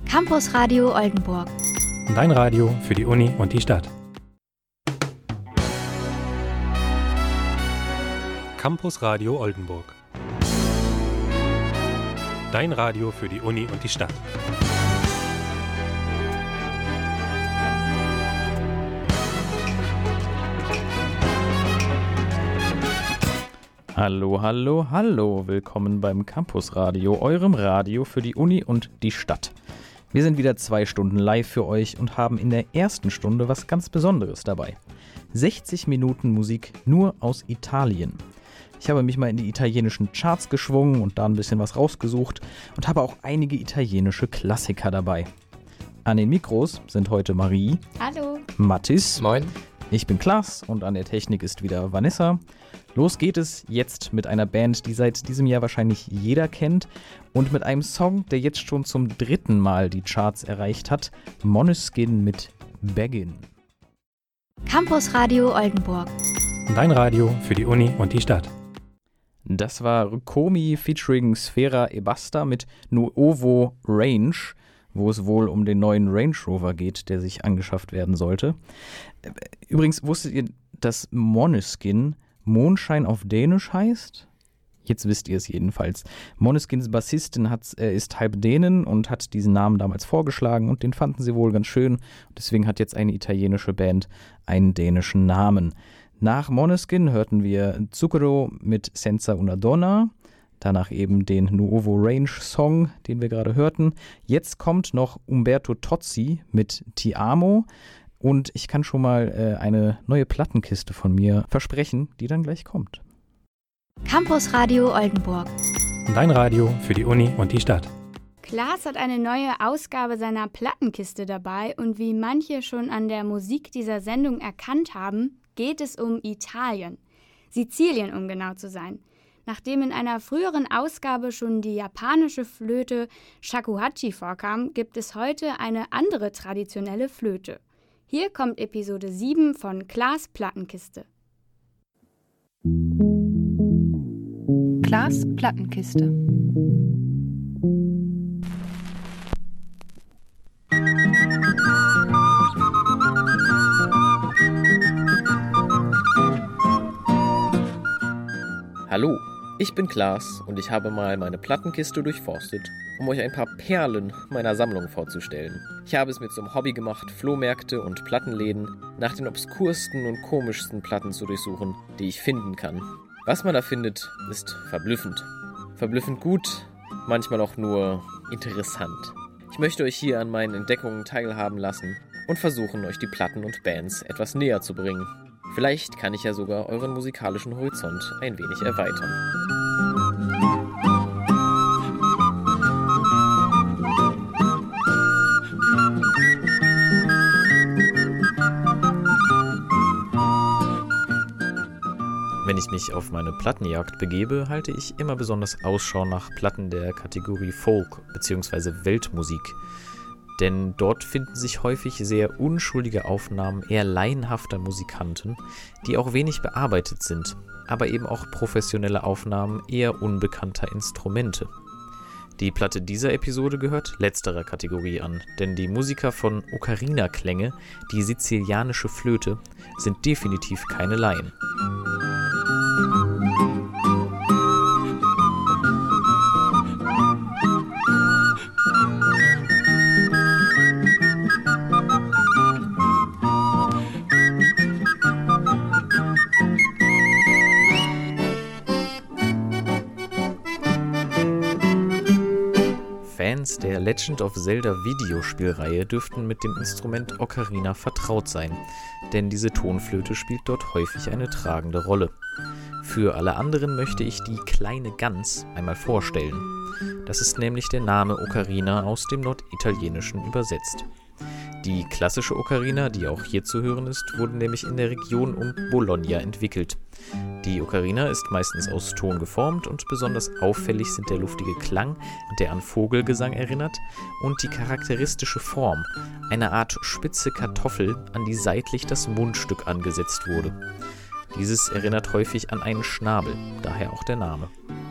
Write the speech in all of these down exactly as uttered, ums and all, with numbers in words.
Campus Radio Oldenburg. Dein Radio für die Uni und die Stadt. Campus Radio Oldenburg. Dein Radio für die Uni und die Stadt. Hallo, hallo, hallo. Willkommen beim Campus Radio, eurem Radio für die Uni und die Stadt. Wir sind wieder zwei Stunden live für euch und haben in der ersten Stunde was ganz Besonderes dabei. sechzig Minuten Musik nur aus Italien. Ich habe mich mal in die italienischen Charts geschwungen und da ein bisschen was rausgesucht und habe auch einige italienische Klassiker dabei. An den Mikros sind heute Marie. Hallo. Mathis. Moin. Ich bin Klaas und an der Technik ist wieder Vanessa. Los geht es jetzt mit einer Band, die seit diesem Jahr wahrscheinlich jeder kennt und mit einem Song, der jetzt schon zum dritten Mal die Charts erreicht hat, Måneskin mit Beggin'. Campus Radio Oldenburg. Dein Radio für die Uni und die Stadt. Das war Komi featuring Sfera Ebbasta mit Nuovo Range, wo es wohl um den neuen Range Rover geht, der sich angeschafft werden sollte. Übrigens, wusstet ihr, dass Måneskin Mondschein auf Dänisch heißt? Jetzt wisst ihr es jedenfalls. Måneskins Bassistin hat, äh, ist halb Dänen und hat diesen Namen damals vorgeschlagen und den fanden sie wohl ganz schön. Deswegen hat jetzt eine italienische Band einen dänischen Namen. Nach Måneskin hörten wir Zucchero mit Senza una Donna. Danach eben den Nuovo Range Song, den wir gerade hörten. Jetzt kommt noch Umberto Tozzi mit Ti amo. Und ich kann schon mal äh, eine neue Plattenkiste von mir versprechen, die dann gleich kommt. Campus Radio Oldenburg. Dein Radio für die Uni und die Stadt. Klaas hat eine neue Ausgabe seiner Plattenkiste dabei und wie manche schon an der Musik dieser Sendung erkannt haben, geht es um Italien. Sizilien, um genau zu sein. Nachdem in einer früheren Ausgabe schon die japanische Flöte Shakuhachi vorkam, gibt es heute eine andere traditionelle Flöte. Hier kommt Episode sieben von Klaas Plattenkiste. Klaas Plattenkiste. Hallo, ich bin Klaas und ich habe mal meine Plattenkiste durchforstet, um euch ein paar Perlen meiner Sammlung vorzustellen. Ich habe es mir zum Hobby gemacht, Flohmärkte und Plattenläden nach den obskursten und komischsten Platten zu durchsuchen, die ich finden kann. Was man da findet, ist verblüffend. Verblüffend gut, manchmal auch nur interessant. Ich möchte euch hier an meinen Entdeckungen teilhaben lassen und versuchen, euch die Platten und Bands etwas näher zu bringen. Vielleicht kann ich ja sogar euren musikalischen Horizont ein wenig erweitern. Wenn ich mich auf meine Plattenjagd begebe, halte ich immer besonders Ausschau nach Platten der Kategorie Folk bzw. Weltmusik. Denn dort finden sich häufig sehr unschuldige Aufnahmen eher laienhafter Musikanten, die auch wenig bearbeitet sind, aber eben auch professionelle Aufnahmen eher unbekannter Instrumente. Die Platte dieser Episode gehört letzterer Kategorie an, denn die Musiker von Ocarina-Klänge, die sizilianische Flöte, sind definitiv keine Laien. Fans der Legend of Zelda Videospielreihe dürften mit dem Instrument Ocarina vertraut sein, denn diese Tonflöte spielt dort häufig eine tragende Rolle. Für alle anderen möchte ich die kleine Gans einmal vorstellen. Das ist nämlich der Name Ocarina aus dem Norditalienischen übersetzt. Die klassische Ocarina, die auch hier zu hören ist, wurde nämlich in der Region um Bologna entwickelt. Die Ocarina ist meistens aus Ton geformt und besonders auffällig sind der luftige Klang, der an Vogelgesang erinnert, und die charakteristische Form, eine Art spitze Kartoffel, an die seitlich das Mundstück angesetzt wurde. Dieses erinnert häufig an einen Schnabel, daher auch der Name.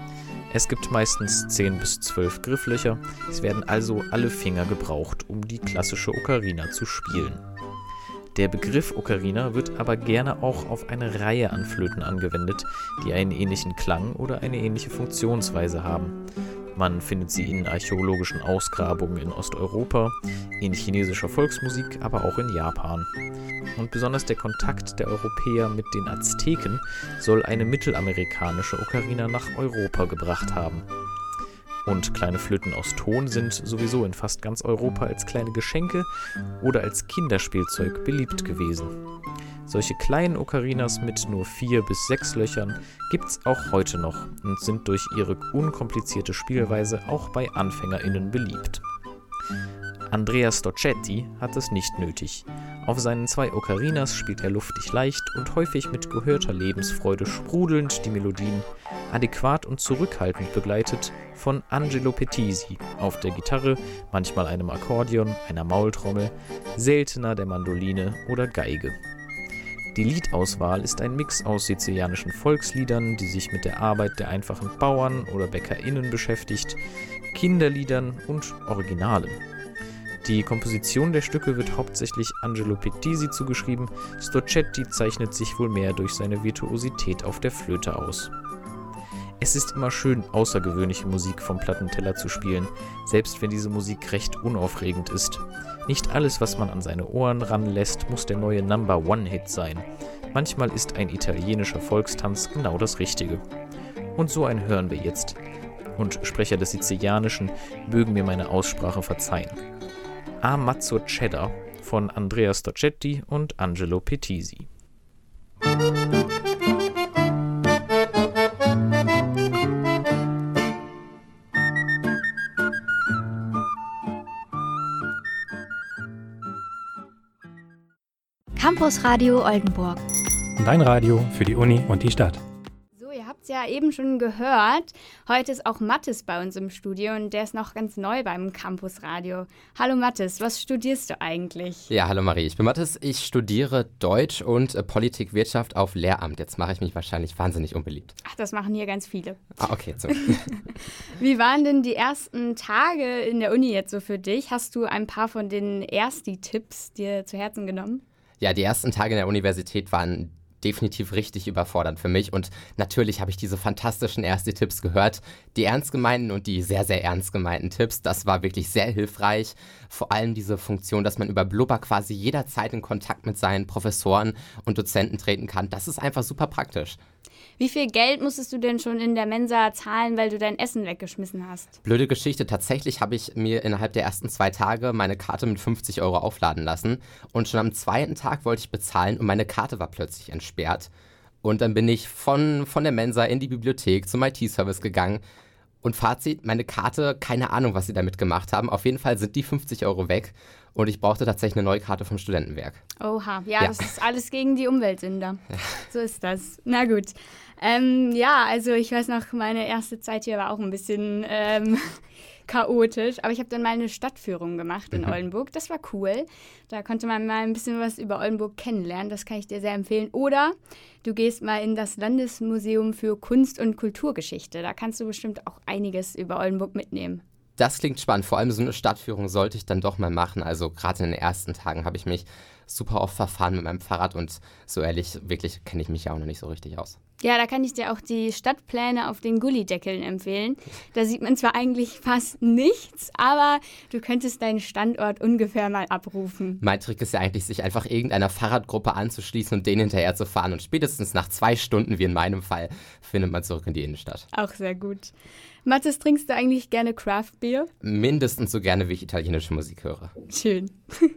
Es gibt meistens zehn bis zwölf Grifflöcher, es werden also alle Finger gebraucht, um die klassische Ocarina zu spielen. Der Begriff Ocarina wird aber gerne auch auf eine Reihe an Flöten angewendet, die einen ähnlichen Klang oder eine ähnliche Funktionsweise haben. Man findet sie in archäologischen Ausgrabungen in Osteuropa, in chinesischer Volksmusik, aber auch in Japan. Und besonders der Kontakt der Europäer mit den Azteken soll eine mittelamerikanische Ocarina nach Europa gebracht haben. Und kleine Flöten aus Ton sind sowieso in fast ganz Europa als kleine Geschenke oder als Kinderspielzeug beliebt gewesen. Solche kleinen Ocarinas mit nur vier bis sechs Löchern gibt's auch heute noch und sind durch ihre unkomplizierte Spielweise auch bei AnfängerInnen beliebt. Andrea Stocchetti hat es nicht nötig. Auf seinen zwei Ocarinas spielt er luftig leicht und häufig mit gehörter Lebensfreude sprudelnd die Melodien, adäquat und zurückhaltend begleitet von Angelo Pettisi auf der Gitarre, manchmal einem Akkordeon, einer Maultrommel, seltener der Mandoline oder Geige. Die Liedauswahl ist ein Mix aus sizilianischen Volksliedern, die sich mit der Arbeit der einfachen Bauern oder BäckerInnen beschäftigt, Kinderliedern und Originalen. Die Komposition der Stücke wird hauptsächlich Angelo Pettisi zugeschrieben, Stocchetti zeichnet sich wohl mehr durch seine Virtuosität auf der Flöte aus. Es ist immer schön, außergewöhnliche Musik vom Plattenteller zu spielen, selbst wenn diese Musik recht unaufregend ist. Nicht alles, was man an seine Ohren ranlässt, muss der neue Number-One-Hit sein. Manchmal ist ein italienischer Volkstanz genau das Richtige. Und so einen hören wir jetzt. Und Sprecher des Sizilianischen mögen mir meine Aussprache verzeihen. A Mazzo Cheddar von Andrea Stocchetti und Angelo Pettisi. Campus Radio Oldenburg. Dein Radio für die Uni und die Stadt. So, ihr habt es ja eben schon gehört. Heute ist auch Mathis bei uns im Studio und der ist noch ganz neu beim Campus Radio. Hallo Mathis, was studierst du eigentlich? Ja, hallo Marie, ich bin Mathis. Ich studiere Deutsch und äh, Politik, Wirtschaft auf Lehramt. Jetzt mache ich mich wahrscheinlich wahnsinnig unbeliebt. Ach, das machen hier ganz viele. Ah, okay, so. Wie waren denn die ersten Tage in der Uni jetzt so für dich? Hast du ein paar von den Ersti-Tipps dir zu Herzen genommen? Ja, die ersten Tage in der Universität waren definitiv richtig überfordernd für mich und natürlich habe ich diese fantastischen Ersti-Tipps gehört. Die ernst gemeinten und die sehr, sehr ernst gemeinten Tipps, das war wirklich sehr hilfreich. Vor allem diese Funktion, dass man über Blubber quasi jederzeit in Kontakt mit seinen Professoren und Dozenten treten kann, das ist einfach super praktisch. Wie viel Geld musstest du denn schon in der Mensa zahlen, weil du dein Essen weggeschmissen hast? Blöde Geschichte. Tatsächlich habe ich mir innerhalb der ersten zwei Tage meine Karte mit fünfzig Euro aufladen lassen. Und schon am zweiten Tag wollte ich bezahlen und meine Karte war plötzlich entsperrt. Und dann bin ich von, von der Mensa in die Bibliothek zum I T-Service gegangen. Und Fazit, meine Karte, keine Ahnung, was sie damit gemacht haben. Auf jeden Fall sind die fünfzig Euro weg. Und ich brauchte tatsächlich eine neue Karte vom Studentenwerk. Oha, ja, Ja. das ist alles gegen die Umweltsünder. Ja. So ist das. Na gut. Ähm, ja, also ich weiß noch, meine erste Zeit hier war auch ein bisschen ähm, chaotisch. Aber ich habe dann mal eine Stadtführung gemacht in mhm. Oldenburg. Das war cool. Da konnte man mal ein bisschen was über Oldenburg kennenlernen. Das kann ich dir sehr empfehlen. Oder du gehst mal in das Landesmuseum für Kunst- und Kulturgeschichte. Da kannst du bestimmt auch einiges über Oldenburg mitnehmen. Das klingt spannend. Vor allem so eine Stadtführung sollte ich dann doch mal machen. Also gerade in den ersten Tagen habe ich mich super oft verfahren mit meinem Fahrrad und so ehrlich, wirklich kenne ich mich ja auch noch nicht so richtig aus. Ja, da kann ich dir auch die Stadtpläne auf den Gullideckeln empfehlen. Da sieht man zwar eigentlich fast nichts, aber du könntest deinen Standort ungefähr mal abrufen. Mein Trick ist ja eigentlich, sich einfach irgendeiner Fahrradgruppe anzuschließen und denen hinterher zu fahren. Und spätestens nach zwei Stunden, wie in meinem Fall, findet man zurück in die Innenstadt. Auch sehr gut. Mathis, trinkst du eigentlich gerne Craft Beer? Mindestens so gerne, wie ich italienische Musik höre. Schön.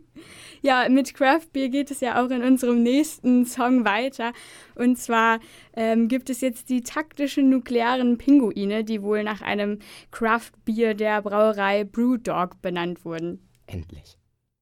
Ja, mit Craft Beer geht es ja auch in unserem nächsten Song weiter. Und zwar ähm, gibt es jetzt die taktischen nuklearen Pinguine, die wohl nach einem Craft Beer der Brauerei Brewdog benannt wurden. Endlich.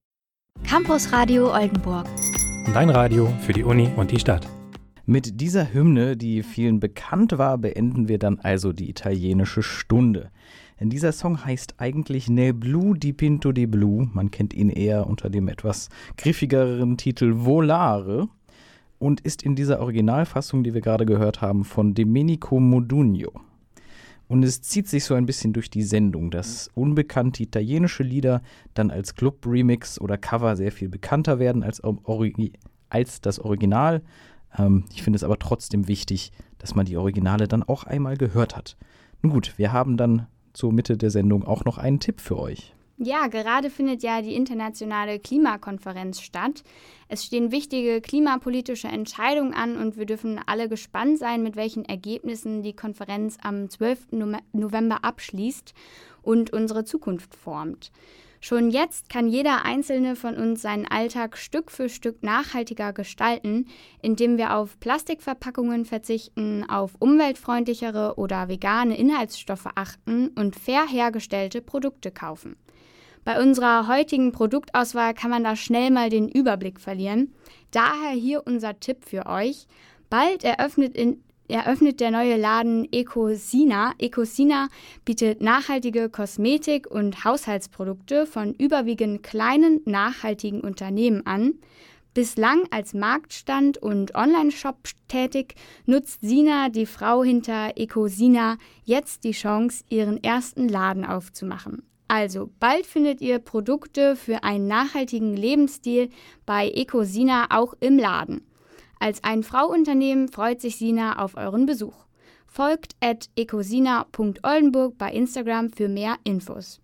Campus Radio Oldenburg. Dein Radio für die Uni und die Stadt. Mit dieser Hymne, die vielen bekannt war, beenden wir dann also die italienische Stunde. Denn dieser Song heißt eigentlich Ne blu dipinto di blu. Man kennt ihn eher unter dem etwas griffigeren Titel Volare und ist in dieser Originalfassung, die wir gerade gehört haben, von Domenico Modugno. Und es zieht sich so ein bisschen durch die Sendung, dass unbekannte italienische Lieder dann als Club-Remix oder Cover sehr viel bekannter werden als, Origi- als das Original. Ähm, ich finde es aber trotzdem wichtig, dass man die Originale dann auch einmal gehört hat. Nun gut, wir haben dann zur Mitte der Sendung auch noch einen Tipp für euch. Ja, gerade findet ja die internationale Klimakonferenz statt. Es stehen wichtige klimapolitische Entscheidungen an und wir dürfen alle gespannt sein, mit welchen Ergebnissen die Konferenz am zwölften November abschließt und unsere Zukunft formt. Schon jetzt kann jeder Einzelne von uns seinen Alltag Stück für Stück nachhaltiger gestalten, indem wir auf Plastikverpackungen verzichten, auf umweltfreundlichere oder vegane Inhaltsstoffe achten und fair hergestellte Produkte kaufen. Bei unserer heutigen Produktauswahl kann man da schnell mal den Überblick verlieren. Daher hier unser Tipp für euch. Bald eröffnet, in, eröffnet der neue Laden Ecosina. Ecosina bietet nachhaltige Kosmetik- und Haushaltsprodukte von überwiegend kleinen, nachhaltigen Unternehmen an. Bislang als Marktstand und Online-Shop tätig, nutzt Sina, die Frau hinter Ecosina, jetzt die Chance, ihren ersten Laden aufzumachen. Also, bald findet ihr Produkte für einen nachhaltigen Lebensstil bei Ecosina auch im Laden. Als Ein-Frau-Unternehmen freut sich Sina auf euren Besuch. Folgt at ecosina punkt oldenburg bei Instagram für mehr Infos.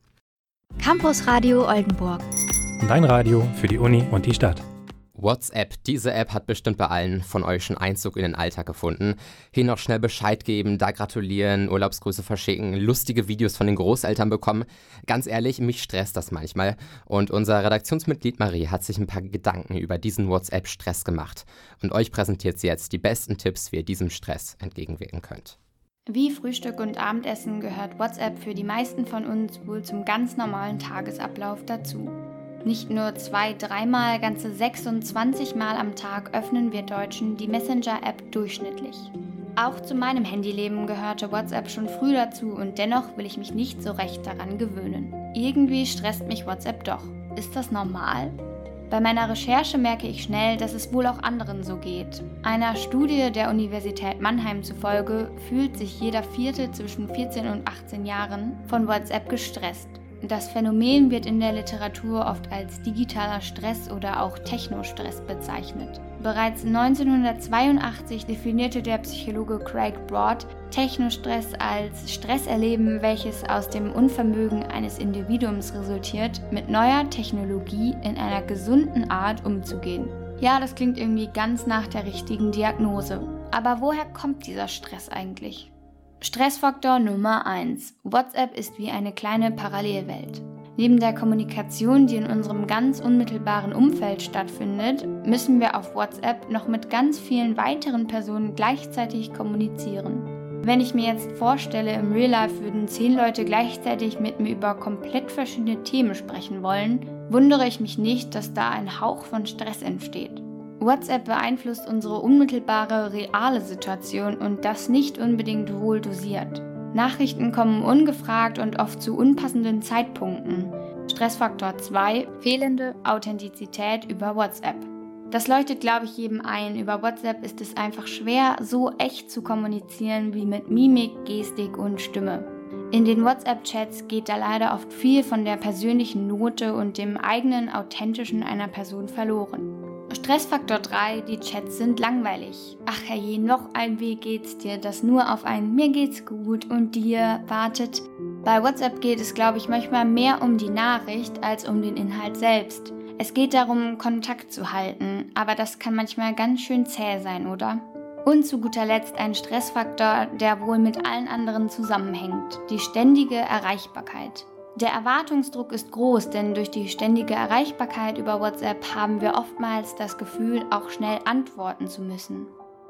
Campus Radio Oldenburg. Dein Radio für die Uni und die Stadt. WhatsApp, diese App hat bestimmt bei allen von euch schon Einzug in den Alltag gefunden. Hier noch schnell Bescheid geben, da gratulieren, Urlaubsgrüße verschicken, lustige Videos von den Großeltern bekommen. Ganz ehrlich, mich stresst das manchmal. Und unser Redaktionsmitglied Marie hat sich ein paar Gedanken über diesen WhatsApp-Stress gemacht. Und euch präsentiert sie jetzt die besten Tipps, wie ihr diesem Stress entgegenwirken könnt. Wie Frühstück und Abendessen gehört WhatsApp für die meisten von uns wohl zum ganz normalen Tagesablauf dazu. Nicht nur zwei, dreimal, ganze sechsundzwanzig Mal am Tag öffnen wir Deutschen die Messenger-App durchschnittlich. Auch zu meinem Handyleben gehörte WhatsApp schon früh dazu und dennoch will ich mich nicht so recht daran gewöhnen. Irgendwie stresst mich WhatsApp doch. Ist das normal? Bei meiner Recherche merke ich schnell, dass es wohl auch anderen so geht. Einer Studie der Universität Mannheim zufolge fühlt sich jeder Vierte zwischen vierzehn und achtzehn Jahren von WhatsApp gestresst. Das Phänomen wird in der Literatur oft als digitaler Stress oder auch Technostress bezeichnet. Bereits neunzehnhundertzweiundachtzig definierte der Psychologe Craig Broad Technostress als Stresserleben, welches aus dem Unvermögen eines Individuums resultiert, mit neuer Technologie in einer gesunden Art umzugehen. Ja, das klingt irgendwie ganz nach der richtigen Diagnose. Aber woher kommt dieser Stress eigentlich? Stressfaktor Nummer eins. WhatsApp ist wie eine kleine Parallelwelt. Neben der Kommunikation, die in unserem ganz unmittelbaren Umfeld stattfindet, müssen wir auf WhatsApp noch mit ganz vielen weiteren Personen gleichzeitig kommunizieren. Wenn ich mir jetzt vorstelle, im Real Life würden zehn Leute gleichzeitig mit mir über komplett verschiedene Themen sprechen wollen, wundere ich mich nicht, dass da ein Hauch von Stress entsteht. WhatsApp beeinflusst unsere unmittelbare, reale Situation und das nicht unbedingt wohl dosiert. Nachrichten kommen ungefragt und oft zu unpassenden Zeitpunkten. Stressfaktor zwei. Fehlende Authentizität über WhatsApp. Das leuchtet, glaube ich, jedem ein. Über WhatsApp ist es einfach schwer, so echt zu kommunizieren wie mit Mimik, Gestik und Stimme. In den WhatsApp-Chats geht da leider oft viel von der persönlichen Note und dem eigenen Authentischen einer Person verloren. Stressfaktor drei, die Chats sind langweilig. Ach herrje, noch ein Wie geht's dir, das nur auf ein Mir geht's gut und dir wartet. Bei WhatsApp geht es, glaube ich, manchmal mehr um die Nachricht als um den Inhalt selbst. Es geht darum, Kontakt zu halten, aber das kann manchmal ganz schön zäh sein, oder? Und zu guter Letzt ein Stressfaktor, der wohl mit allen anderen zusammenhängt, die ständige Erreichbarkeit. Der Erwartungsdruck ist groß, denn durch die ständige Erreichbarkeit über WhatsApp haben wir oftmals das Gefühl, auch schnell antworten zu müssen.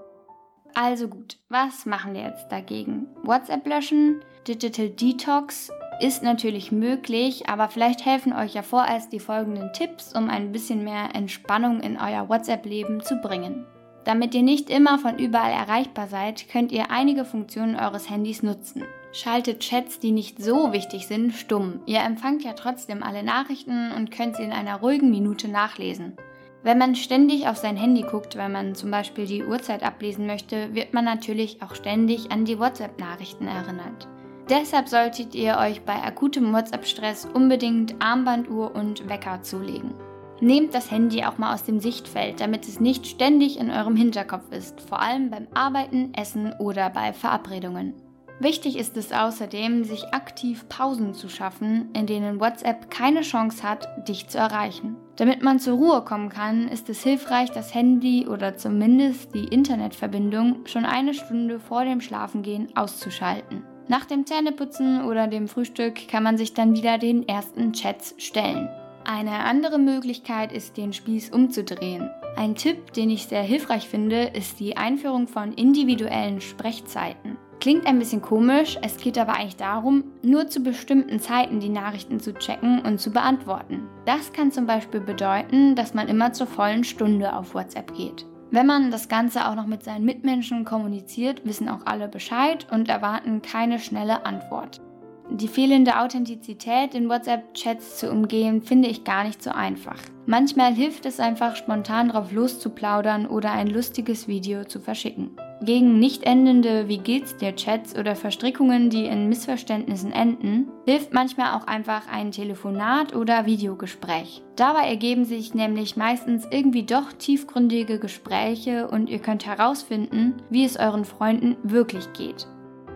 Also gut, was machen wir jetzt dagegen? WhatsApp löschen, Digital Detox ist natürlich möglich, aber vielleicht helfen euch ja vorerst die folgenden Tipps, um ein bisschen mehr Entspannung in euer WhatsApp-Leben zu bringen. Damit ihr nicht immer von überall erreichbar seid, könnt ihr einige Funktionen eures Handys nutzen. Schaltet Chats, die nicht so wichtig sind, stumm. Ihr empfangt ja trotzdem alle Nachrichten und könnt sie in einer ruhigen Minute nachlesen. Wenn man ständig auf sein Handy guckt, wenn man zum Beispiel die Uhrzeit ablesen möchte, wird man natürlich auch ständig an die WhatsApp-Nachrichten erinnert. Deshalb solltet ihr euch bei akutem WhatsApp-Stress unbedingt Armbanduhr und Wecker zulegen. Nehmt das Handy auch mal aus dem Sichtfeld, damit es nicht ständig in eurem Hinterkopf ist, vor allem beim Arbeiten, Essen oder bei Verabredungen. Wichtig ist es außerdem, sich aktiv Pausen zu schaffen, in denen WhatsApp keine Chance hat, dich zu erreichen. Damit man zur Ruhe kommen kann, ist es hilfreich, das Handy oder zumindest die Internetverbindung schon eine Stunde vor dem Schlafengehen auszuschalten. Nach dem Zähneputzen oder dem Frühstück kann man sich dann wieder den ersten Chats stellen. Eine andere Möglichkeit ist, den Spieß umzudrehen. Ein Tipp, den ich sehr hilfreich finde, ist die Einführung von individuellen Sprechzeiten. Klingt ein bisschen komisch, es geht aber eigentlich darum, nur zu bestimmten Zeiten die Nachrichten zu checken und zu beantworten. Das kann zum Beispiel bedeuten, dass man immer zur vollen Stunde auf WhatsApp geht. Wenn man das Ganze auch noch mit seinen Mitmenschen kommuniziert, wissen auch alle Bescheid und erwarten keine schnelle Antwort. Die fehlende Authentizität in WhatsApp-Chats zu umgehen, finde ich gar nicht so einfach. Manchmal hilft es einfach, spontan drauf loszuplaudern oder ein lustiges Video zu verschicken. Gegen nicht endende Wie geht's dir Chats oder Verstrickungen, die in Missverständnissen enden, hilft manchmal auch einfach ein Telefonat oder Videogespräch. Dabei ergeben sich nämlich meistens irgendwie doch tiefgründige Gespräche und ihr könnt herausfinden, wie es euren Freunden wirklich geht.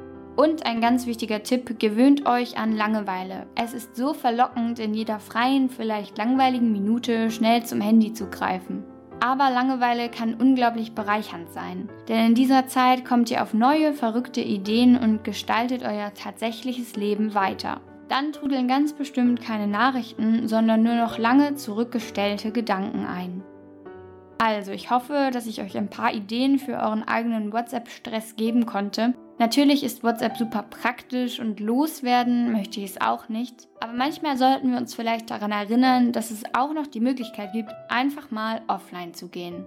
Und ein ganz wichtiger Tipp, gewöhnt euch an Langeweile. Es ist so verlockend, in jeder freien, vielleicht langweiligen Minute schnell zum Handy zu greifen. Aber Langeweile kann unglaublich bereichernd sein. Denn in dieser Zeit kommt ihr auf neue, verrückte Ideen und gestaltet euer tatsächliches Leben weiter. Dann trudeln ganz bestimmt keine Nachrichten, sondern nur noch lange zurückgestellte Gedanken ein. Also, ich hoffe, dass ich euch ein paar Ideen für euren eigenen WhatsApp-Stress geben konnte. Natürlich ist WhatsApp super praktisch und loswerden möchte ich es auch nicht. Aber manchmal sollten wir uns vielleicht daran erinnern, dass es auch noch die Möglichkeit gibt, einfach mal offline zu gehen.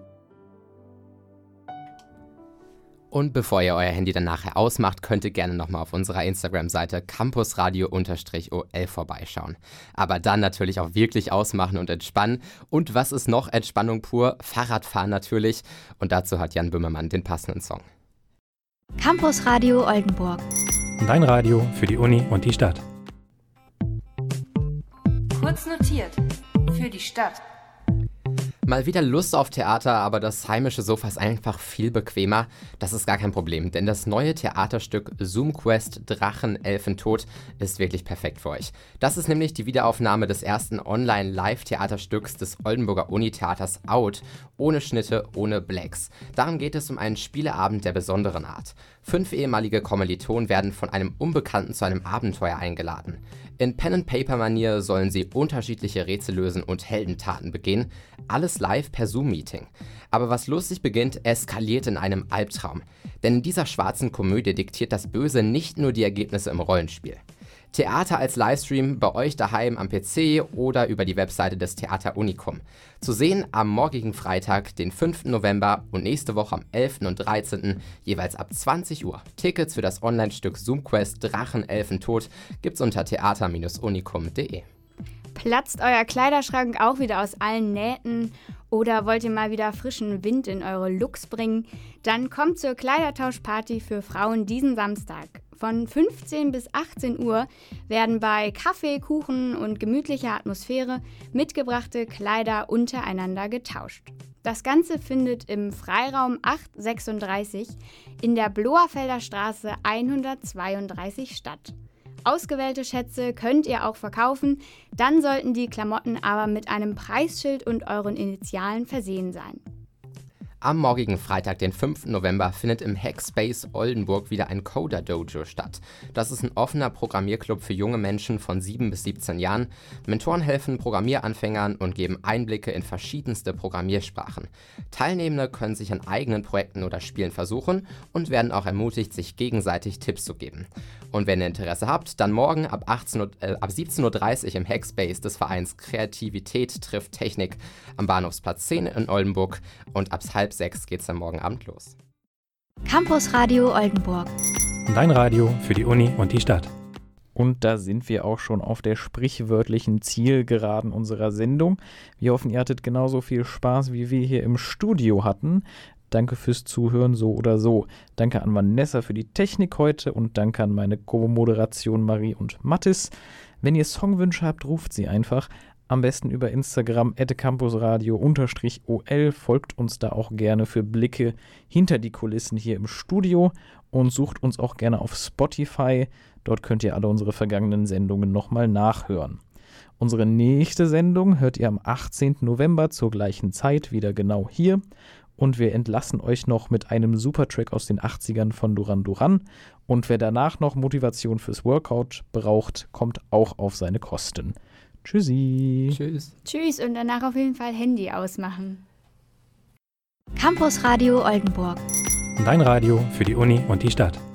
Und bevor ihr euer Handy dann nachher ausmacht, könnt ihr gerne nochmal auf unserer Instagram-Seite campusradio-ol vorbeischauen. Aber dann natürlich auch wirklich ausmachen und entspannen. Und was ist noch Entspannung pur? Fahrradfahren natürlich. Und dazu hat Jan Böhmermann den passenden Song. Campus Radio Oldenburg. Dein Radio für die Uni und die Stadt. Kurz notiert. Für die Stadt. Mal wieder Lust auf Theater, aber das heimische Sofa ist einfach viel bequemer. Das ist gar kein Problem, denn das neue Theaterstück Zoom Quest Drachen, Elfen, Tod ist wirklich perfekt für euch. Das ist nämlich die Wiederaufnahme des ersten Online-Live-Theaterstücks des Oldenburger Uni-Theaters Out, ohne Schnitte, ohne Blacks. Darum geht es um einen Spieleabend der besonderen Art. Fünf ehemalige Kommilitonen werden von einem Unbekannten zu einem Abenteuer eingeladen. In Pen-and-Paper-Manier sollen sie unterschiedliche Rätsel lösen und Heldentaten begehen. Alles live per Zoom-Meeting. Aber was lustig beginnt, eskaliert in einem Albtraum. Denn in dieser schwarzen Komödie diktiert das Böse nicht nur die Ergebnisse im Rollenspiel. Theater als Livestream bei euch daheim am P C oder über die Webseite des Theater Unicum. Zu sehen am morgigen Freitag, den fünften November und nächste Woche am elften und dreizehnten jeweils ab zwanzig Uhr. Tickets für das Online-Stück Zoom Quest Drachen, Elfen, Tod gibt's unter theater Bindestrich unicum punkt de. Platzt euer Kleiderschrank auch wieder aus allen Nähten oder wollt ihr mal wieder frischen Wind in eure Looks bringen? Dann kommt zur Kleidertauschparty für Frauen diesen Samstag. Von fünfzehn bis achtzehn Uhr werden bei Kaffee, Kuchen und gemütlicher Atmosphäre mitgebrachte Kleider untereinander getauscht. Das Ganze findet im Freiraum acht sechsunddreißig in der Bloerfelder Straße hundertzweiunddreißig statt. Ausgewählte Schätze könnt ihr auch verkaufen, dann sollten die Klamotten aber mit einem Preisschild und euren Initialen versehen sein. Am morgigen Freitag, den fünften November, findet im Hackspace Oldenburg wieder ein Coder-Dojo statt. Das ist ein offener Programmierclub für junge Menschen von sieben bis siebzehn Jahren. Mentoren helfen Programmieranfängern und geben Einblicke in verschiedenste Programmiersprachen. Teilnehmende können sich an eigenen Projekten oder Spielen versuchen und werden auch ermutigt, sich gegenseitig Tipps zu geben. Und wenn ihr Interesse habt, dann morgen ab, achtzehn Uhr, äh, ab siebzehn Uhr dreißig im Hackspace des Vereins Kreativität trifft Technik am Bahnhofsplatz zehn in Oldenburg und ab halb sechs geht's dann morgen Abend los. Campus Radio Oldenburg. Dein Radio für die Uni und die Stadt. Und da sind wir auch schon auf der sprichwörtlichen Zielgeraden unserer Sendung. Wir hoffen, ihr hattet genauso viel Spaß, wie wir hier im Studio hatten. Danke fürs Zuhören, so oder so. Danke an Vanessa für die Technik heute und danke an meine Co-Moderation Marie und Mattis. Wenn ihr Songwünsche habt, ruft sie einfach. Am besten über Instagram at campusradio unterstrich ol. Folgt uns da auch gerne für Blicke hinter die Kulissen hier im Studio und sucht uns auch gerne auf Spotify. Dort könnt ihr alle unsere vergangenen Sendungen nochmal nachhören. Unsere nächste Sendung hört ihr am achtzehnten November zur gleichen Zeit, wieder genau hier. Und wir entlassen euch noch mit einem Supertrack aus den achtzigern von Duran Duran. Und wer danach noch Motivation fürs Workout braucht, kommt auch auf seine Kosten. Tschüssi. Tschüss. Tschüss und danach auf jeden Fall Handy ausmachen. Campus Radio Oldenburg. Dein Radio für die Uni und die Stadt.